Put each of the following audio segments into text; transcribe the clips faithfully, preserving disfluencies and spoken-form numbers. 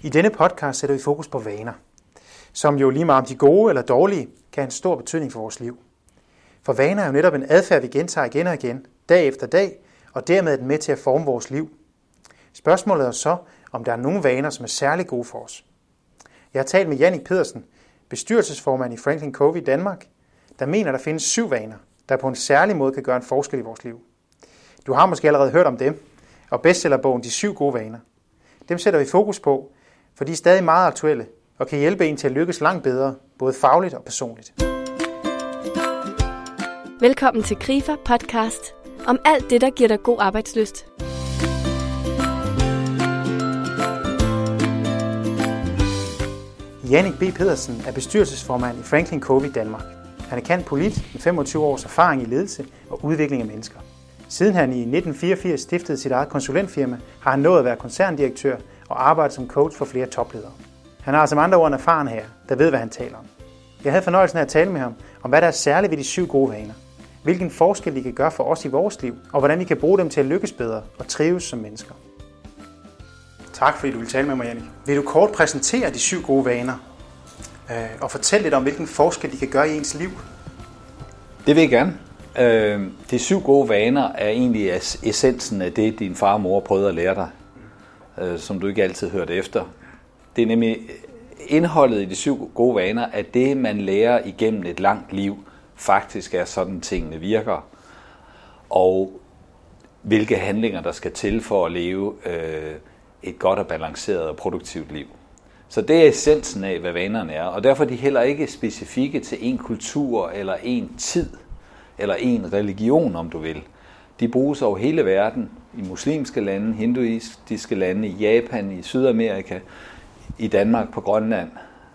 I denne podcast sætter vi fokus på vaner, som jo lige meget om de gode eller dårlige, kan have en stor betydning for vores liv. For vaner er jo netop en adfærd, vi gentager igen og igen, dag efter dag, og dermed er den med til at forme vores liv. Spørgsmålet er så, om der er nogle vaner, som er særlig gode for os. Jeg har talt med Jannik Pedersen, bestyrelsesformand i Franklin Covey i Danmark, der mener, der findes syv vaner, der på en særlig måde kan gøre en forskel i vores liv. Du har måske allerede hørt om dem, og bestsellerbogen De syv gode vaner. Dem sætter vi fokus på, for de er stadig meget aktuelle og kan hjælpe en til at lykkes langt bedre, både fagligt og personligt. Velkommen til Krifa podcast om alt det, der giver dig god arbejdslyst. Jannik B. Pedersen er bestyrelsesformand i Franklin Covey i Danmark. Han er kendt polit med femogtyve års erfaring i ledelse og udvikling af mennesker. Siden han i nitten fireogfirs stiftede sit eget konsulentfirma, har han nået at være koncerndirektør og arbejdet som coach for flere topledere. Han har som andre ord en erfaren her, der ved, hvad han taler om. Jeg havde fornøjelsen af at tale med ham om, hvad der er særligt ved de syv gode vaner, hvilken forskel de kan gøre for os i vores liv, og hvordan vi kan bruge dem til at lykkes bedre og trives som mennesker. Tak fordi du vil tale med mig, Jannik. Vil du kort præsentere de syv gode vaner øh, og fortælle lidt om, hvilken forskel de kan gøre i ens liv? Det vil jeg gerne. Øh, de syv gode vaner er egentlig essensen af det, din far og mor prøvede at lære dig, øh, som du ikke altid hørte efter. Det er nemlig indholdet i de syv gode vaner, at det, man lærer igennem et langt liv, faktisk er sådan, tingene virker. Og hvilke handlinger, der skal til for at leve øh, et godt og balanceret og produktivt liv. Så det er essensen af, hvad vanerne er. Og derfor er de heller ikke specifikke til en kultur eller en tid, eller en religion, om du vil. De bruges over hele verden, i muslimske lande, hinduistiske lande, i Japan, i Sydamerika, i Danmark, på Grønland.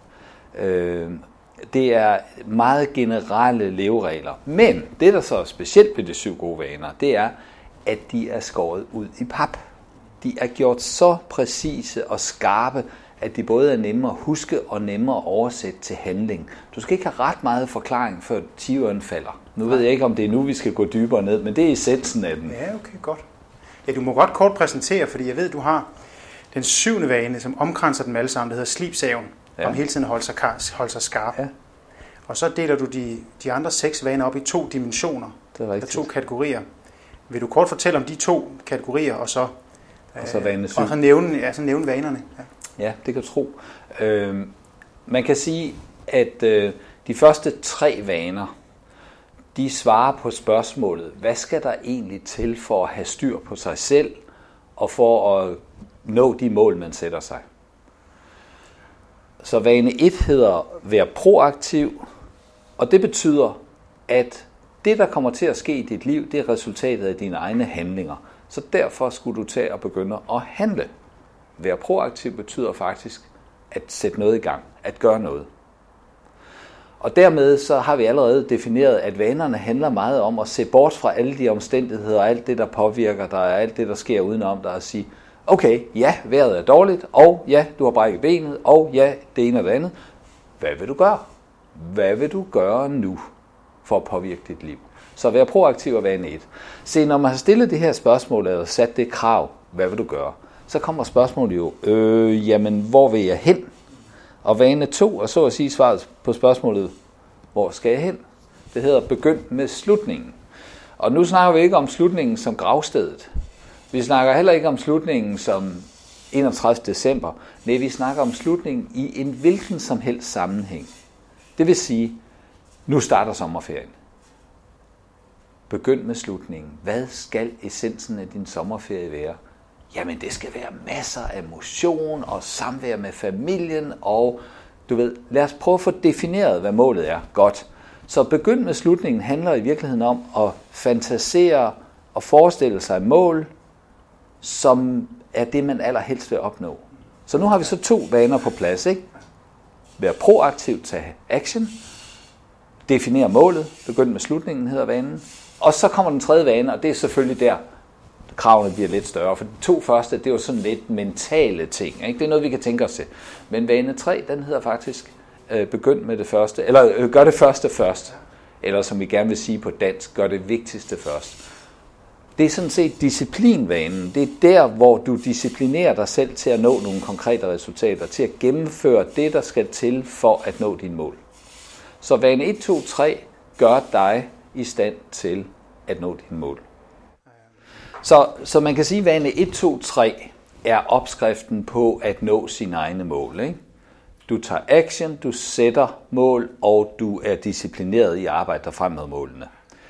Det er meget generelle leveregler. Men det, der så er specielt ved de syv gode vaner, det er, at de er skåret ud i pap. De er gjort så præcise og skarpe, at de både er nemmere at huske og nemmere at oversætte til handling. Du skal ikke have ret meget forklaring, før tiveren falder. Nu ved jeg ikke, om det er nu, vi skal gå dybere ned, men det er essensen af den. Ja, okay, godt. Ja, du må godt kort præsentere, fordi jeg ved, du har den syvende vane, som omkranser dem alle sammen, der hedder slibsaven, ja. Om hele tiden at holde sig, holde sig skarp. Ja. Og så deler du de, de andre seks vaner op i to dimensioner, det er rigtigt. Der to kategorier. Vil du kort fortælle om de to kategorier, og så, og så, vane syv. og så, nævne, ja, så nævne vanerne? Ja. Ja, det kan du tro. Øh, man kan sige, at øh, de første tre vaner, de svarer på spørgsmålet, hvad skal der egentlig til for at have styr på sig selv, og for at nå de mål, man sætter sig. Så vane et hedder vær proaktiv, og det betyder, at det, der kommer til at ske i dit liv, det er resultatet af dine egne handlinger. Så derfor skulle du tage og begynde at handle. Være proaktiv betyder faktisk at sætte noget i gang, at gøre noget. Og dermed så har vi allerede defineret, at vanerne handler meget om at se bort fra alle de omstændigheder og alt det, der påvirker dig, og alt det, der sker udenom dig, og sige, okay, ja, vejret er dårligt, og ja, du har brækket benet, og ja, det ene og det andet. Hvad vil du gøre? Hvad vil du gøre nu for at påvirke dit liv? Så vær proaktiv og vane et. Se, når man har stillet det her spørgsmål, eller sat det krav, hvad vil du gøre? Så kommer spørgsmålet jo, øh, jamen, hvor vil jeg hen? Og vane to, og så at sige svaret på spørgsmålet, hvor skal jeg hen? Det hedder begynd med slutningen. Og nu snakker vi ikke om slutningen som gravstedet. Vi snakker heller ikke om slutningen som enogtredivte december. Nej, vi snakker om slutningen i en hvilken som helst sammenhæng. Det vil sige, nu starter sommerferien. Begynd med slutningen. Hvad skal essensen af din sommerferie være? Jamen, det skal være masser af motion og samvær med familien, og du ved, lad os prøve at få defineret, hvad målet er. Godt. Så begynd med slutningen handler i virkeligheden om at fantasere og forestille sig et mål, som er det, man allerhelst vil opnå. Så nu har vi så to vaner på plads, ikke? Vær proaktiv, tage action, definere målet, begynd med slutningen hedder vanen, og så kommer den tredje vane, og det er selvfølgelig der, kravene bliver lidt større, for de to første, det er jo sådan lidt mentale ting, ikke? Det er noget, vi kan tænke os til. Men vane tre, den hedder faktisk, øh, begynd med det første, eller øh, gør det første først, eller som vi gerne vil sige på dansk, gør det vigtigste først. Det er sådan set disciplinvanen. Det er der, hvor du disciplinerer dig selv til at nå nogle konkrete resultater, til at gennemføre det, der skal til for at nå dine mål. Så vane et, to, tre gør dig i stand til at nå dine mål. Så, så man kan sige, at vane et, to, tre er opskriften på at nå sine egne mål. Ikke? Du tager action, du sætter mål, og du er disciplineret i at arbejde dig frem mod målene.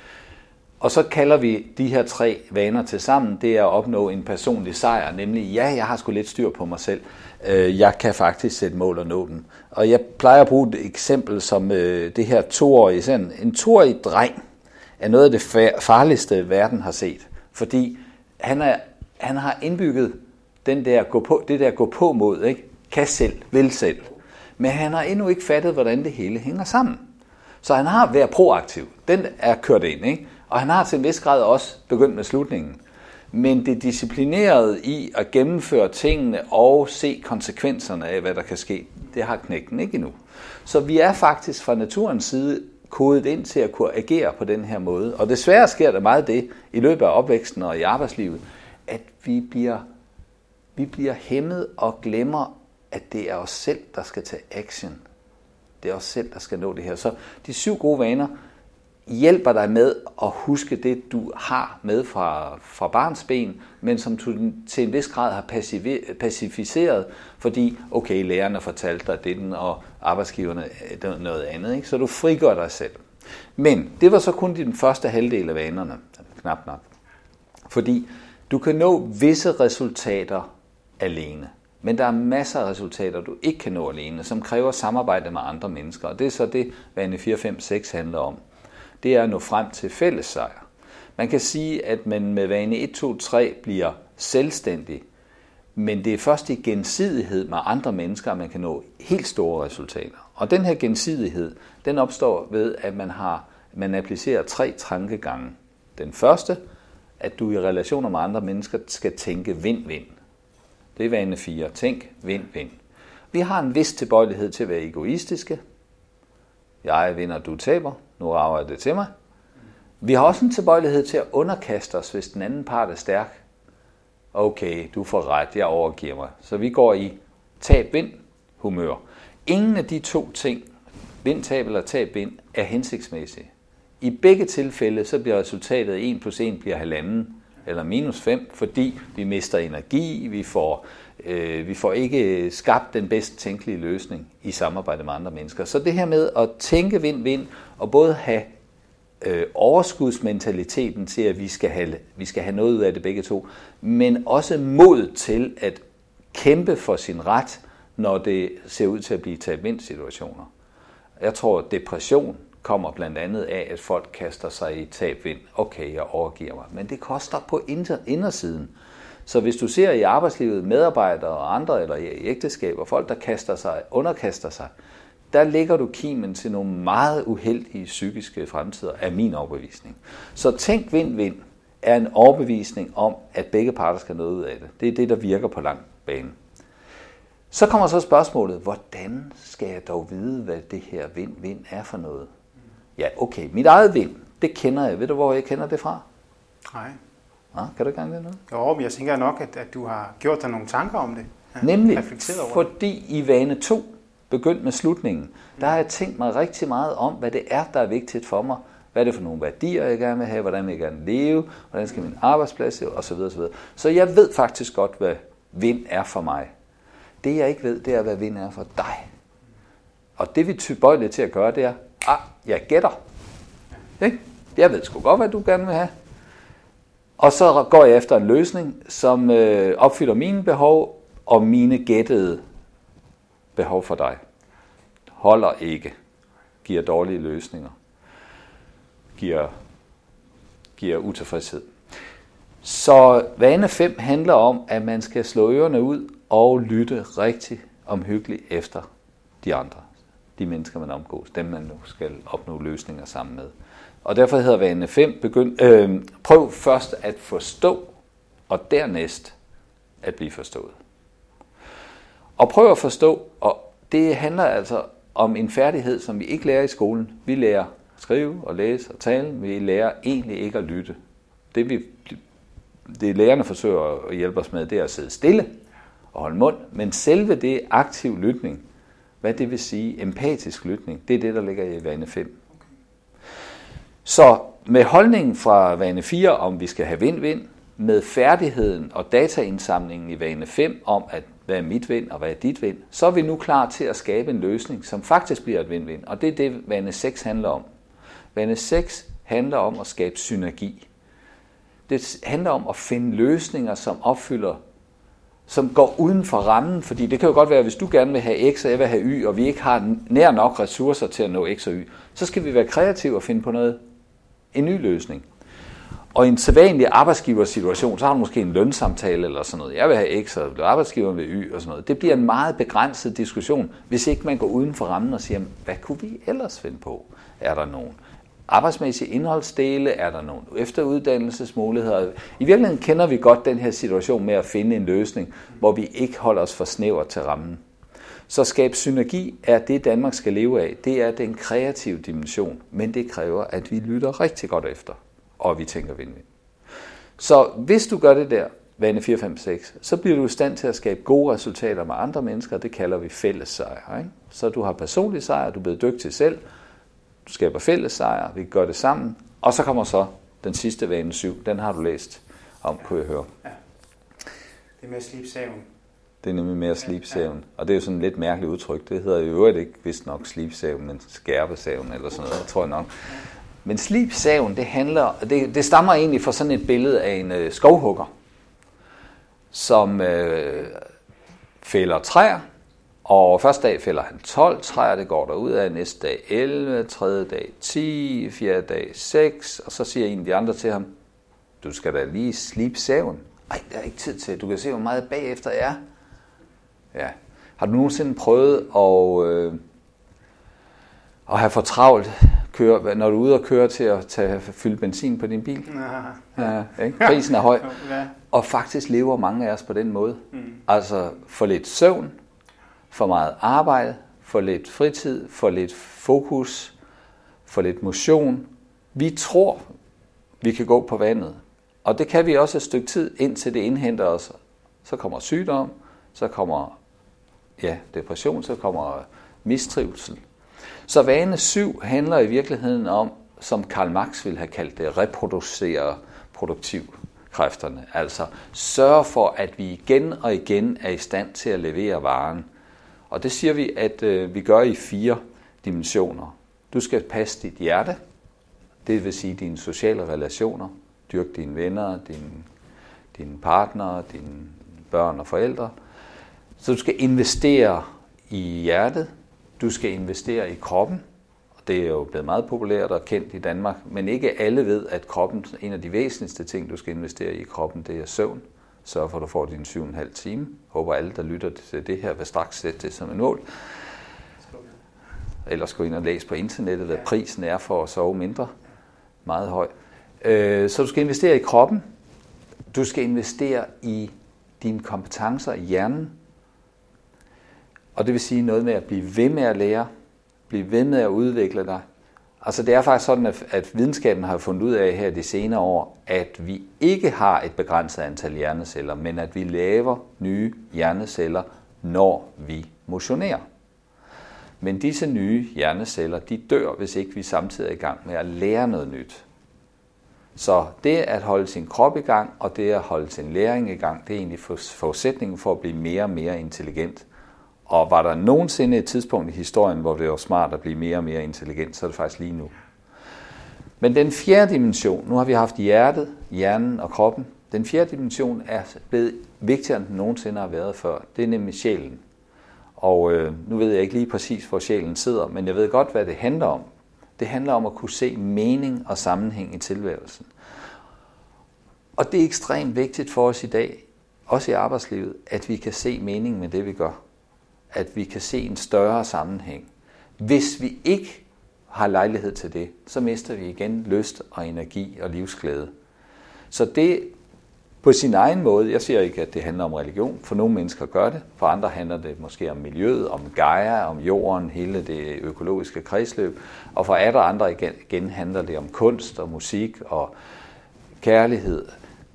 Og så kalder vi de her tre vaner til sammen, det er at opnå en personlig sejr, nemlig, ja, jeg har sgu lidt styr på mig selv. Jeg kan faktisk sætte mål og nå dem. Og jeg plejer at bruge et eksempel som det her toårige. Sådan en toårig dreng er noget af det farligste, verden har set. Fordi han, er, han har indbygget den der gå på, det der gå på mod, ikke? Kan selv, vil selv. Men han har endnu ikke fattet, hvordan det hele hænger sammen. Så han har været proaktiv. Den er kørt ind, ikke? Og han har til en vis grad også begyndt med slutningen. Men det disciplinerede i at gennemføre tingene og se konsekvenserne af, hvad der kan ske, det har knægten ikke endnu. Så vi er faktisk fra naturens side kodet ind til at kunne agere på den her måde. Og desværre sker der meget det i løbet af opvæksten og i arbejdslivet, at vi bliver, vi bliver hæmmet og glemmer, at det er os selv, der skal tage action. Det er os selv, der skal nå det her. Så de syv gode vaner hjælper dig med at huske det, du har med fra, fra barnsben, men som du til en vis grad har pacificeret, fordi, okay, lærerne fortalte dig det, og arbejdsgiverne noget andet, ikke? Så du frigør dig selv. Men det var så kun den første halvdel af vanerne, knap nok. Fordi du kan nå visse resultater alene, men der er masser af resultater, du ikke kan nå alene, som kræver samarbejde med andre mennesker, og det er så det, vane fire, fem, seks handler om. Det er at nå frem til fælles sejr. Man kan sige, at man med vane et, to, tre bliver selvstændig, men det er først i gensidighed med andre mennesker, at man kan nå helt store resultater. Og den her gensidighed, den opstår ved, at man, har, man applicerer tre tankegange. Den første, at du i relationer med andre mennesker skal tænke vind-vind. Det er vane fire. Tænk vind-vind. Vi har en vis tilbøjelighed til at være egoistiske. Jeg vinder, du taber. Nu rager jeg det til mig. Vi har også en tilbøjelighed til at underkaste os, hvis den anden part er stærk. Okay, du får ret, jeg overgiver mig. Så vi går i tab-vind humør. Ingen af de to ting, vind-tab eller tab-vind, er hensigtsmæssige. I begge tilfælde, så bliver resultatet en plus en bliver halvanden eller minus fem, fordi vi mister energi, vi får, øh, vi får ikke skabt den bedst tænkelige løsning i samarbejde med andre mennesker. Så det her med at tænke vind-vind, og både have øh, overskudsmentaliteten til, at vi skal, have, vi skal have noget ud af det begge to, men også mod til at kæmpe for sin ret, når det ser ud til at blive tab-vind-situationer. Jeg tror, at depression kommer blandt andet af, at folk kaster sig i tab-vind. Okay, jeg overgiver mig. Men det koster på indersiden. Så hvis du ser i arbejdslivet medarbejdere og andre, eller i ægteskaber, folk, der kaster sig, underkaster sig, der lægger du kimen til nogle meget uheldige psykiske fremtider, af min overbevisning. Så tænk vind-vind er en overbevisning om, at begge parter skal noget ud af det. Det er det, der virker på lang bane. Så kommer så spørgsmålet, hvordan skal jeg dog vide, hvad det her vind-vind er for noget? Ja, okay, mit eget vind, det kender jeg. Ved du, hvor jeg kender det fra? Nej. Ja, kan du ikke gange det noget? Jo, men jeg tænker nok, at, at du har gjort dig nogle tanker om det. Ja, nemlig, fordi i vane to, begyndt med slutningen, der har jeg tænkt mig rigtig meget om, hvad det er, der er vigtigt for mig. Hvad er det for nogle værdier, jeg gerne vil have? Hvordan vil jeg gerne leve? Hvordan skal min arbejdsplads leve? Og så videre, så videre. Så jeg ved faktisk godt, hvad vind er for mig. Det jeg ikke ved, det er, hvad vind er for dig. Og det vi er tilbøjelige til at gøre, det er, ah, jeg gætter. Ikke? Jeg ved sgu godt, hvad du gerne vil have. Og så går jeg efter en løsning, som øh, opfylder mine behov og mine gættede behov for dig. Holder ikke. Giver dårlige løsninger. Giver, giver utilfredshed. Så vane fem handler om, at man skal slå ørerne ud og lytte rigtig omhyggeligt efter de andre. De mennesker, man omgås. Dem, man nu skal opnå løsninger sammen med. Og derfor hedder vane fem, begynd, øh, prøv først at forstå, og dernæst at blive forstået. Og prøv at forstå, og det handler altså om en færdighed, som vi ikke lærer i skolen. Vi lærer at skrive og læse og tale, vi lærer egentlig ikke at lytte. Det vi det lærerne forsøger at hjælpe os med, det er at sidde stille og holde mund, men selve det aktiv lytning, hvad det vil sige, empatisk lytning, det er det, der ligger i vane fem. Så med holdningen fra vane fire om, vi skal have vind-vind, med færdigheden og dataindsamlingen i vane fem om, at hvad er mit vind og hvad er dit vind, så er vi nu klar til at skabe en løsning, som faktisk bliver et vind-vind. Og det er det, vane seks handler om. Vane seks handler om at skabe synergi. Det handler om at finde løsninger, som opfylder, som går uden for rammen, fordi det kan jo godt være, at hvis du gerne vil have X, og jeg vil have Y, og vi ikke har nær nok ressourcer til at nå X og Y, så skal vi være kreative og finde på noget, en ny løsning. Og i en sædvanlig arbejdsgiversituation, så har du måske en lønsamtale eller sådan noget. Jeg vil have X, og arbejdsgiveren vil Y og sådan noget. Det bliver en meget begrænset diskussion, hvis ikke man går uden for rammen og siger, hvad kunne vi ellers finde på? Er der nogen arbejdsmæssige indholdsdele? Er der nogle efteruddannelsesmuligheder? I virkeligheden kender vi godt den her situation med at finde en løsning, hvor vi ikke holder os for snævert til rammen. Så skab synergi er det, Danmark skal leve af. Det er den kreative dimension, men det kræver, at vi lytter rigtig godt efter, og vi tænker vind-vind. Så hvis du gør det der, vane fire, fem, seks, så bliver du i stand til at skabe gode resultater med andre mennesker. Det kalder vi fælles sejr. Ikke? Så du har personlig sejr, du er blevet dygtig selv, du skaber fælles sejr, vi gør det sammen, og så kommer så den sidste vane syv. Den har du læst om, kunne jeg høre. Ja. Det er med at slibe saven. Det er nemlig med at slibe saven. Og det er jo sådan et lidt mærkeligt udtryk. Det hedder jo øvrigt ikke vist nok slibe saven, men skærpe saven eller sådan noget, tror jeg nok. Men slib saven, det handler, det, det stammer egentlig fra sådan et billede af en øh, skovhugger, som øh, fælder træer, og første dag fælder han tolv træer, det går der ud af, næste dag elleve, tredje dag ti, fjerde dag seks, og så siger en af de andre til ham, du skal da lige slibe saven. Ej, der er ikke tid til, du kan se, hvor meget bagefter er. Ja. Har du nogensinde prøvet at, øh, at have for travlt, køre, når du er ude og køre til at tage, fylde benzin på din bil? Ja, ikke? Prisen er høj. Og faktisk lever mange af os på den måde. Mm. Altså for lidt søvn, for meget arbejde, for lidt fritid, for lidt fokus, for lidt motion. Vi tror, vi kan gå på vandet. Og det kan vi også et stykke tid, indtil det indhenter os. Så kommer sygdom, så kommer ja, depression, så kommer mistrivsel. Så vane syv handler i virkeligheden om, som Karl Marx ville have kaldt det, reproducere produktivkræfterne. Altså sørge for, at vi igen og igen er i stand til at levere varen. Og det siger vi, at øh, vi gør i fire dimensioner. Du skal passe dit hjerte, det vil sige dine sociale relationer, dyrke dine venner, dine, dine partnere, dine børn og forældre. Så du skal investere i hjertet, du skal investere i kroppen, og det er jo blevet meget populært og kendt i Danmark, men ikke alle ved, at kroppen, en af de væsentligste ting, du skal investere i kroppen, det er søvn. Sørg for, at du får dine syv og en halv time. Håber alle, der lytter til det her, vil straks sætte det som en mål. Ellers gå ind og læse på internettet, hvad prisen er for at sove mindre. Meget høj. Så du skal investere i kroppen. Du skal investere i dine kompetencer i hjernen. Og det vil sige noget med at blive ved med at lære, blive ved med at udvikle dig. Altså det er faktisk sådan, at videnskaben har fundet ud af her de senere år, at vi ikke har et begrænset antal hjerneceller, men at vi laver nye hjerneceller, når vi motionerer. Men disse nye hjerneceller, de dør, hvis ikke vi samtidig er i gang med at lære noget nyt. Så det at holde sin krop i gang, og det at holde sin læring i gang, det er egentlig forudsætningen for at blive mere og mere intelligent. Og var der nogensinde et tidspunkt i historien, hvor det var smart at blive mere og mere intelligent, så er det faktisk lige nu. Men den fjerde dimension, nu har vi haft hjertet, hjernen og kroppen. Den fjerde dimension er blevet vigtigere, end den nogensinde har været før. Det er nemlig sjælen. Og øh, nu ved jeg ikke lige præcis, hvor sjælen sidder, men jeg ved godt, hvad det handler om. Det handler om at kunne se mening og sammenhæng i tilværelsen. Og det er ekstremt vigtigt for os i dag, også i arbejdslivet, at vi kan se mening med det, vi gør. At vi kan se en større sammenhæng. Hvis vi ikke har lejlighed til det, så mister vi igen lyst og energi og livsglæde. Så det på sin egen måde, jeg siger ikke, at det handler om religion, for nogle mennesker gør det, for andre handler det måske om miljøet, om Gaia, om jorden, hele det økologiske kredsløb, og for atter andre igen, igen handler det om kunst og musik og kærlighed.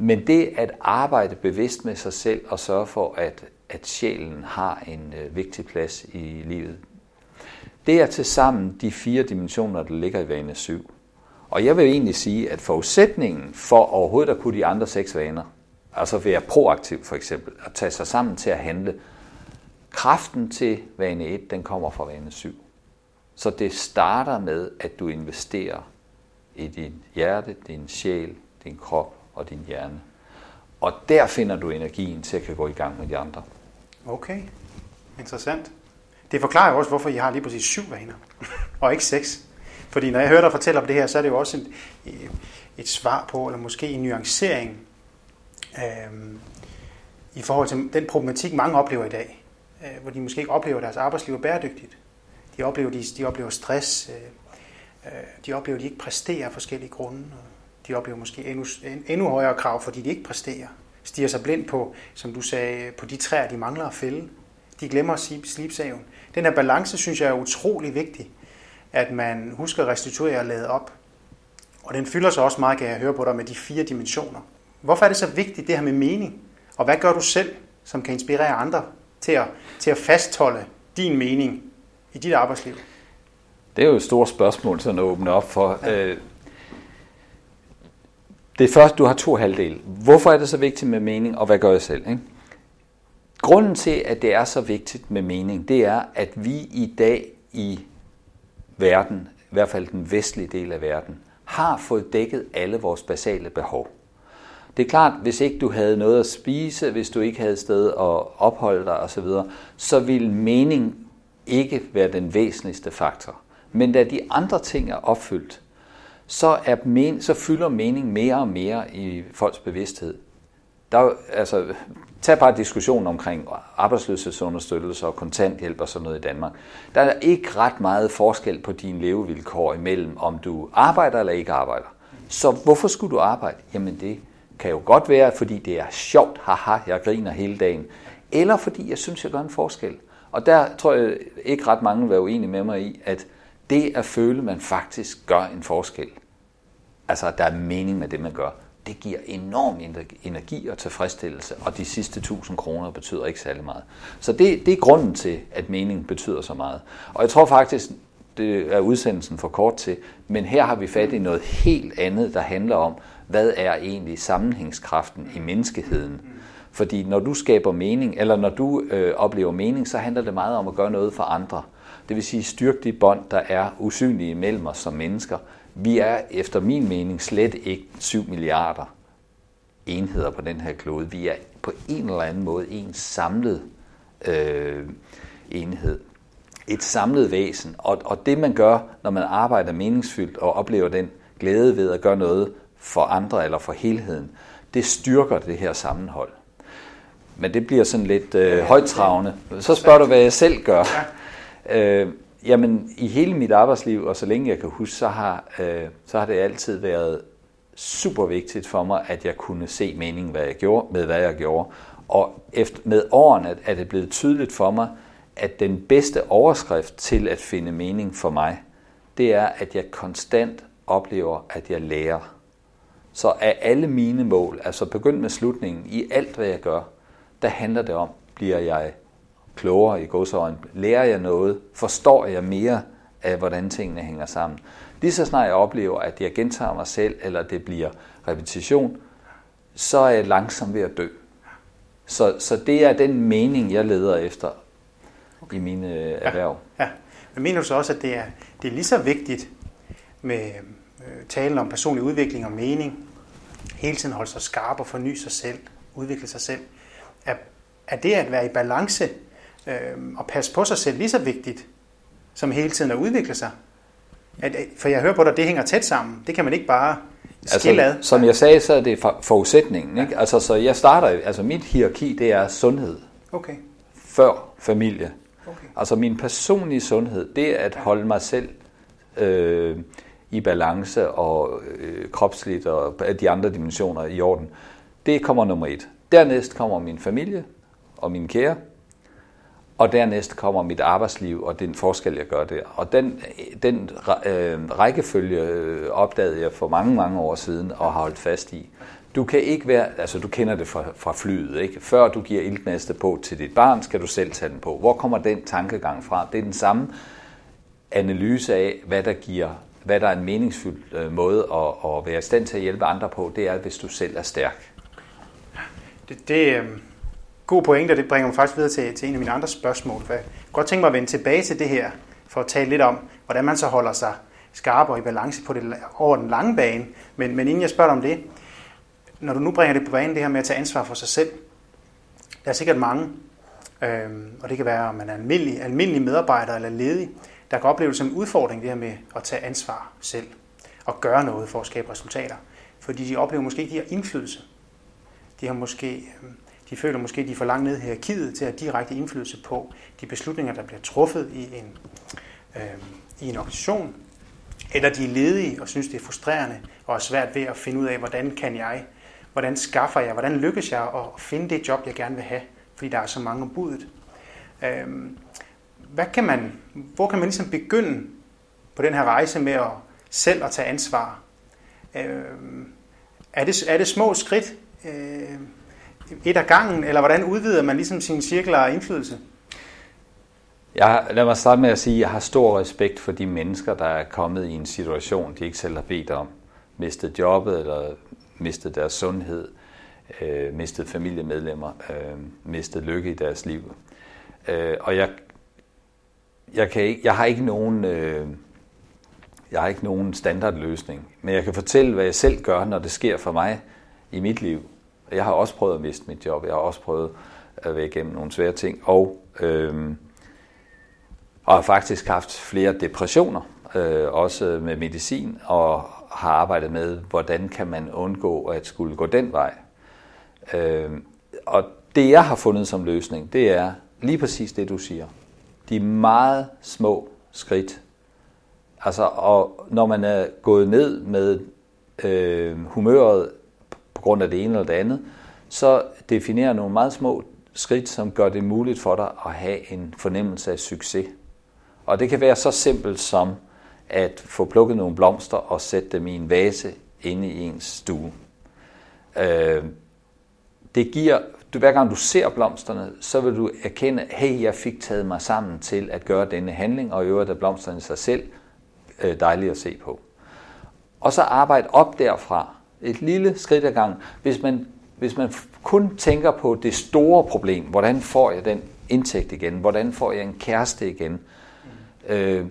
Men det at arbejde bevidst med sig selv og sørge for, at, at sjælen har en øh, vigtig plads i livet, det er tilsammen de fire dimensioner, der ligger i vane syv. Og jeg vil egentlig sige, at forudsætningen for overhovedet at kunne de andre seks vaner, altså være proaktiv for eksempel, at tage sig sammen til at handle, kraften til vane et, den kommer fra vane syv. Så det starter med, at du investerer i din hjerte, din sjæl, din krop og din hjerne. Og der finder du energien til at kan gå i gang med de andre. Okay, interessant. Det forklarer jo også, hvorfor I har lige præcis syv vaner, og ikke seks. Fordi når jeg hører dig fortælle om det her, så er det jo også et, et svar på, eller måske en nuancering øhm, i forhold til den problematik, mange oplever i dag, øh, hvor de måske ikke oplever, at deres arbejdsliv er bæredygtigt. De oplever, de, de oplever stress, øh, de oplever, at de ikke præsterer af forskellige grunde, og de oplever måske endnu, endnu højere krav, fordi de ikke præsterer. Stiger sig blind på, som du sagde, på de træer, de mangler at fælde. De glemmer at slibe saven. Den her balance, synes jeg, er utrolig vigtig, at man husker at restituere og lade op. Og den fylder sig også meget, kan jeg høre på dig, med de fire dimensioner. Hvorfor er det så vigtigt, det her med mening? Og hvad gør du selv, som kan inspirere andre til at, til at fastholde din mening i dit arbejdsliv? Det er jo et stort spørgsmål, sådan at åbne op for. Ja. Det er først, du har to halvdele. Hvorfor er det så vigtigt med mening, og hvad gør jeg selv? Ikke? Grunden til, at det er så vigtigt med mening, det er, at vi i dag i verden, i hvert fald den vestlige del af verden, har fået dækket alle vores basale behov. Det er klart, hvis ikke du havde noget at spise, hvis du ikke havde et sted at opholde dig osv., så ville mening ikke være den væsentligste faktor. Men da de andre ting er opfyldt, så, er men, så fylder mening mere og mere i folks bevidsthed. Der er, altså, tag bare diskussionen omkring arbejdsløshedsunderstøttelse og kontanthjælp og sådan noget i Danmark. Der er ikke ret meget forskel på dine levevilkår imellem, om du arbejder eller ikke arbejder. Så hvorfor skulle du arbejde? Jamen det kan jo godt være, fordi det er sjovt, haha, jeg griner hele dagen. Eller fordi jeg synes, jeg gør en forskel. Og der tror jeg ikke ret mange vil være uenige med mig i, at det at føle, at man faktisk gør en forskel, altså at der er mening med det, man gør, det giver enorm energi og tilfredsstillelse, og de sidste tusind kroner betyder ikke særlig meget. Så det, det er grunden til, at mening betyder så meget. Og jeg tror faktisk, det er udsendelsen for kort til, men her har vi fat i noget helt andet, der handler om, hvad er egentlig sammenhængskraften i menneskeheden. Fordi når du skaber mening, eller når du øh, oplever mening, så handler det meget om at gøre noget for andre. Det vil sige styrke de bånd, der er usynlige mellem os som mennesker. Vi er efter min mening slet ikke syv milliarder enheder på den her klode. Vi er på en eller anden måde en samlet øh, enhed. Et samlet væsen. Og, og det man gør, når man arbejder meningsfyldt og oplever den glæde ved at gøre noget for andre eller for helheden, det styrker det her sammenhold. Men det bliver sådan lidt øh, højtravende. Så spørger du, hvad jeg selv gør. Øh, jamen, i hele mit arbejdsliv, og så længe jeg kan huske, så har, øh, så har det altid været super vigtigt for mig, at jeg kunne se mening hvad jeg gjorde, med, hvad jeg gjorde. Og efter, med årene er det blevet tydeligt for mig, at den bedste overskrift til at finde mening for mig, det er, at jeg konstant oplever, at jeg lærer. Så af alle mine mål, altså begynd med slutningen, i alt hvad jeg gør, der handler det om, bliver jeg klogere i gåseøjne, lærer jeg noget, forstår jeg mere af, hvordan tingene hænger sammen. Lige så snart jeg oplever, at jeg gentager mig selv, eller det bliver repetition, så er jeg langsomt ved at dø. Så, så det er den mening, jeg leder efter okay. i mine erhverv. Ja, ja. Men mener du så også, at det er, det er lige så vigtigt med øh, talen om personlig udvikling og mening, hele tiden holde sig skarp og forny sig selv, udvikle sig selv, er, er det at være i balance øh, og passe på sig selv lige så vigtigt, som hele tiden at udvikle sig? At, for jeg hører på dig, det hænger tæt sammen. Det kan man ikke bare skille altså, ad. Som jeg sagde, så er det forudsætningen. Ikke? Ja. Altså, så jeg starter, altså mit hierarki, det er sundhed. Okay. Før familie. Okay. Altså min personlige sundhed, det er at holde mig selv øh, i balance og øh, kropsligt og de andre dimensioner i orden. Det kommer nummer et. Dernæst kommer min familie og mine kære. Og dernæst kommer mit arbejdsliv og den forskel, jeg gør der. Og den, den øh, rækkefølge øh, opdagede jeg for mange, mange år siden og har holdt fast i. Du kan ikke være, altså du kender det fra, fra flyet, ikke? Før du giver iltmaster på til dit barn, skal du selv tage den på. Hvor kommer den tankegang fra? Det er den samme analyse af, hvad der giver, hvad der er en meningsfuld øh, måde at, at være i stand til at hjælpe andre på. Det er, hvis du selv er stærk. Det, det er øh, god pointe, og det bringer mig faktisk videre til, til en af mine andre spørgsmål. For jeg kunne godt tænke mig at vende tilbage til det her, for at tale lidt om, hvordan man så holder sig skarp og i balance på det over den lange bane. Men, men inden jeg spørger dig om det, når du nu bringer det på banen, det her med at tage ansvar for sig selv, der er sikkert mange, øh, og det kan være, om man er almindelig, almindelig medarbejder eller ledig, der kan opleve det som en udfordring, det her med at tage ansvar selv og gøre noget for at skabe resultater. Fordi de oplever måske ikke, de har indflydelse. De, har måske, de føler måske, at de er for langt ned i hierarkiet til at have direkte indflydelse på de beslutninger, der bliver truffet i en, øh, i en organisation. Eller de er ledige og synes, det er frustrerende og er svært ved at finde ud af, hvordan kan jeg, hvordan skaffer jeg, hvordan lykkes jeg at finde det job, jeg gerne vil have, fordi der er så mange om budet. Øh, hvad kan man, hvor kan man ligesom begynde på den her rejse med at selv at tage ansvar? Øh, er, det, er det små skridt, øh, et af gangen, eller hvordan udvider man ligesom sine cirkler af indflydelse? Jeg, lad mig starte med at sige, at jeg har stor respekt for de mennesker, der er kommet i en situation, de ikke selv har bedt om. Mistet jobbet, eller mistet deres sundhed, øh, mistet familiemedlemmer, øh, mistet lykke i deres liv. Øh, og jeg, jeg, kan ikke, jeg har ikke nogen... Øh, Jeg har ikke nogen standardløsning, men jeg kan fortælle, hvad jeg selv gør, når det sker for mig i mit liv. Jeg har også prøvet at miste mit job, jeg har også prøvet at være igennem nogle svære ting, og, øh, og har faktisk haft flere depressioner, øh, også med medicin, og har arbejdet med, hvordan kan man undgå at skulle gå den vej. Øh, og det, jeg har fundet som løsning, det er lige præcis det, du siger. De meget små skridt. Altså, og når man er gået ned med øh, humøret på grund af det ene eller det andet, så definerer nogle meget små skridt, som gør det muligt for dig at have en fornemmelse af succes. Og det kan være så simpelt som at få plukket nogle blomster og sætte dem i en vase inde i ens stue. Øh, det giver, hver gang du ser blomsterne, så vil du erkende, hey, jeg fik taget mig sammen til at gøre denne handling, og i øvrigt er blomsterne i sig selv dejligt at se på. Og så arbejde op derfra. Et lille skridt ad gang. Hvis man, hvis man kun tænker på det store problem, hvordan får jeg den indtægt igen, hvordan får jeg en kæreste igen, mm. øh,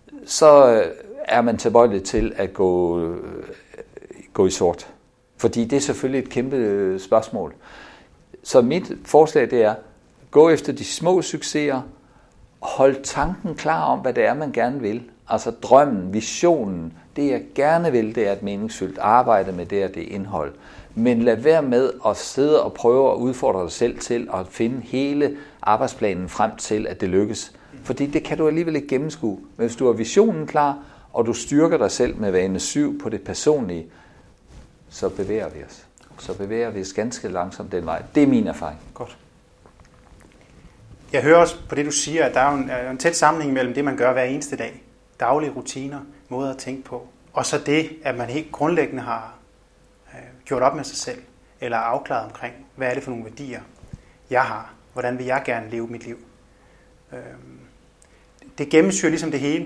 så er man tilbøjelig til at gå, øh, gå i sort. Fordi det er selvfølgelig et kæmpe spørgsmål. Så mit forslag det er, gå efter de små succeser, hold tanken klar om, hvad det er, man gerne vil. Altså drømmen, visionen, det jeg gerne vil, det er et meningsfyldt arbejde med det og det indhold. Men lad være med at sidde og prøve at udfordre dig selv til at finde hele arbejdsplanen frem til, at det lykkes. Fordi det kan du alligevel ikke gennemskue. Men hvis du har visionen klar, og du styrker dig selv med vane syv på det personlige, så bevæger vi os. Så bevæger vi os ganske langsomt den vej. Det er min erfaring. Godt. Jeg hører også på det, du siger, at der er en, er en tæt sammenhæng mellem det, man gør hver eneste dag. Daglige rutiner, måder at tænke på. Og så det, at man helt grundlæggende har øh, gjort op med sig selv, eller afklaret omkring, hvad er det for nogle værdier, jeg har. Hvordan vil jeg gerne leve mit liv? Øh, det gennemsyrer ligesom det hele.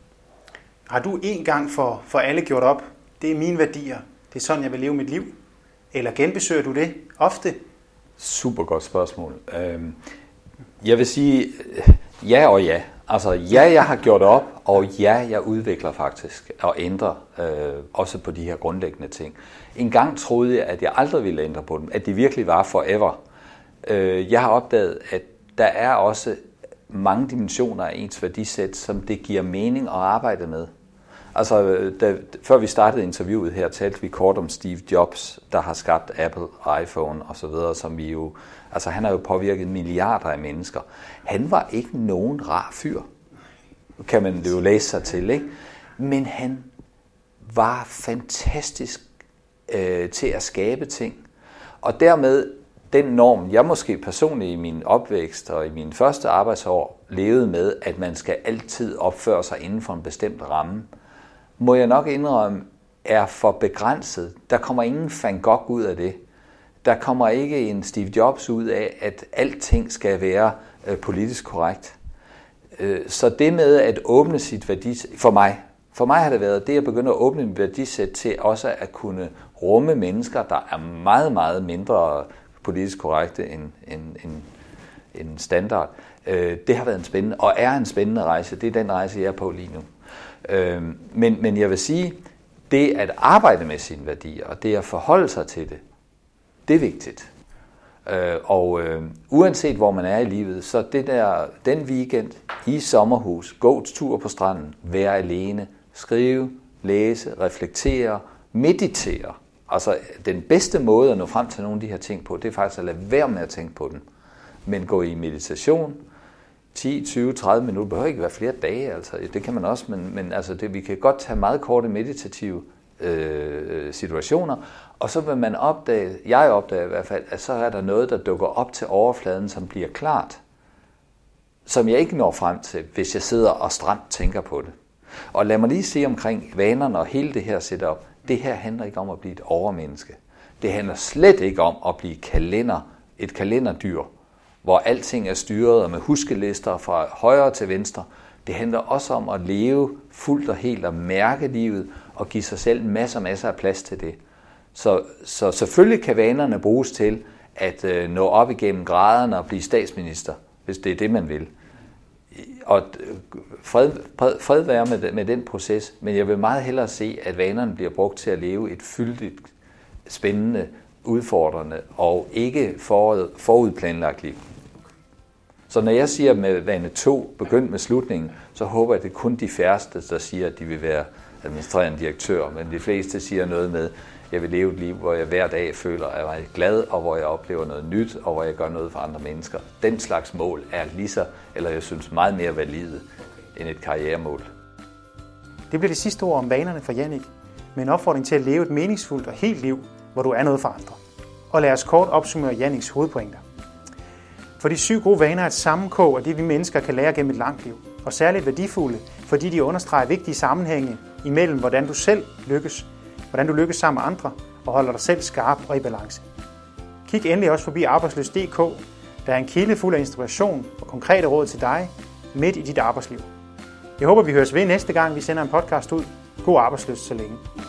Har du en gang for, for alle gjort op, det er mine værdier, det er sådan, jeg vil leve mit liv? Eller genbesøger du det ofte? Super godt spørgsmål. Øh, jeg vil sige ja og ja. Altså ja, jeg har gjort op, og ja, jeg udvikler faktisk og ændrer øh, også på de her grundlæggende ting. En gang troede jeg, at jeg aldrig ville ændre på dem, at det virkelig var forever. Øh, jeg har opdaget, at der er også mange dimensioner af ens værdisæt, som det giver mening at arbejde med. Altså, da, før vi startede interviewet her, talte vi kort om Steve Jobs, der har skabt Apple, iPhone osv., som vi jo, altså han har jo påvirket milliarder af mennesker. Han var ikke nogen rar fyr, kan man jo læse sig til, ikke? Men han var fantastisk øh, til at skabe ting. Og dermed den norm, jeg måske personligt i min opvækst og i mine første arbejdsår levede med, at man skal altid opføre sig inden for en bestemt ramme, må jeg nok indrømme, er for begrænset. Der kommer ingen Van Gogh ud af det. Der kommer ikke en Steve Jobs ud af, at alting skal være øh, politisk korrekt. Øh, så det med at åbne sit værdisæt, for mig, for mig har det været det at begynde at åbne et værdisæt til også at kunne rumme mennesker, der er meget, meget mindre politisk korrekte end, end, end, end standard. Øh, det har været en spændende, og er en spændende rejse. Det er den rejse, jeg er på lige nu. Øh, men, men jeg vil sige, det at arbejde med sine værdier, og det at forholde sig til det, det er vigtigt. Øh, og øh, uanset hvor man er i livet, så det der, den weekend i sommerhus, gå tur på stranden, være alene, skrive, læse, reflektere, meditere. Altså den bedste måde at nå frem til nogle af de her ting på, det er faktisk at lade være med at tænke på dem. Men gå i meditation, ti, tyve, tredive minutter, behøver ikke være flere dage, altså det kan man også, men, men altså det, vi kan godt have meget korte meditative øh, situationer, og så vil man opdage, jeg opdager i hvert fald, at så er der noget, der dukker op til overfladen, som bliver klart, som jeg ikke når frem til, hvis jeg sidder og stramt tænker på det. Og lad mig lige sige omkring vanerne og hele det her setup, det her handler ikke om at blive et overmenneske. Det handler slet ikke om at blive kalender, et kalenderdyr, hvor alting er styret og med huskelister fra højre til venstre. Det handler også om at leve fuldt og helt og mærke livet og give sig selv masser og masser af plads til det. Så, så selvfølgelig kan vanerne bruges til at øh, nå op igennem graderne og blive statsminister, hvis det er det, man vil. Og fred, fred, fred være med, med den proces, men jeg vil meget hellere se, at vanerne bliver brugt til at leve et fyldigt, spændende, udfordrende og ikke forud, forudplanlagt liv. Så når jeg siger med vane to, begynd med slutningen, så håber jeg, at det er kun de færreste, der siger, at de vil være administrerende direktør, men de fleste siger noget med, jeg vil leve et liv, hvor jeg hver dag føler, at jeg er glad, og hvor jeg oplever noget nyt, og hvor jeg gør noget for andre mennesker. Den slags mål er lige så, eller jeg synes, meget mere valide end et karrieremål. Det bliver det sidste ord om vanerne for Jannik, med en opfordring til at leve et meningsfuldt og helt liv, hvor du er noget for andre. Og lad os kort opsummere Janniks hovedpointer. For de syv gode vaner er et sammenkog af det, vi mennesker kan lære gennem et langt liv, og særligt værdifulde, fordi de understreger vigtige sammenhænge imellem, hvordan du selv lykkes, hvordan du lykkes sammen med andre og holder dig selv skarp og i balance. Kig endelig også forbi arbejdsløs punktum d k, der er en kilde fuld af inspiration og konkrete råd til dig midt i dit arbejdsliv. Jeg håber, vi høres ved næste gang, vi sender en podcast ud. God arbejdsløs så længe.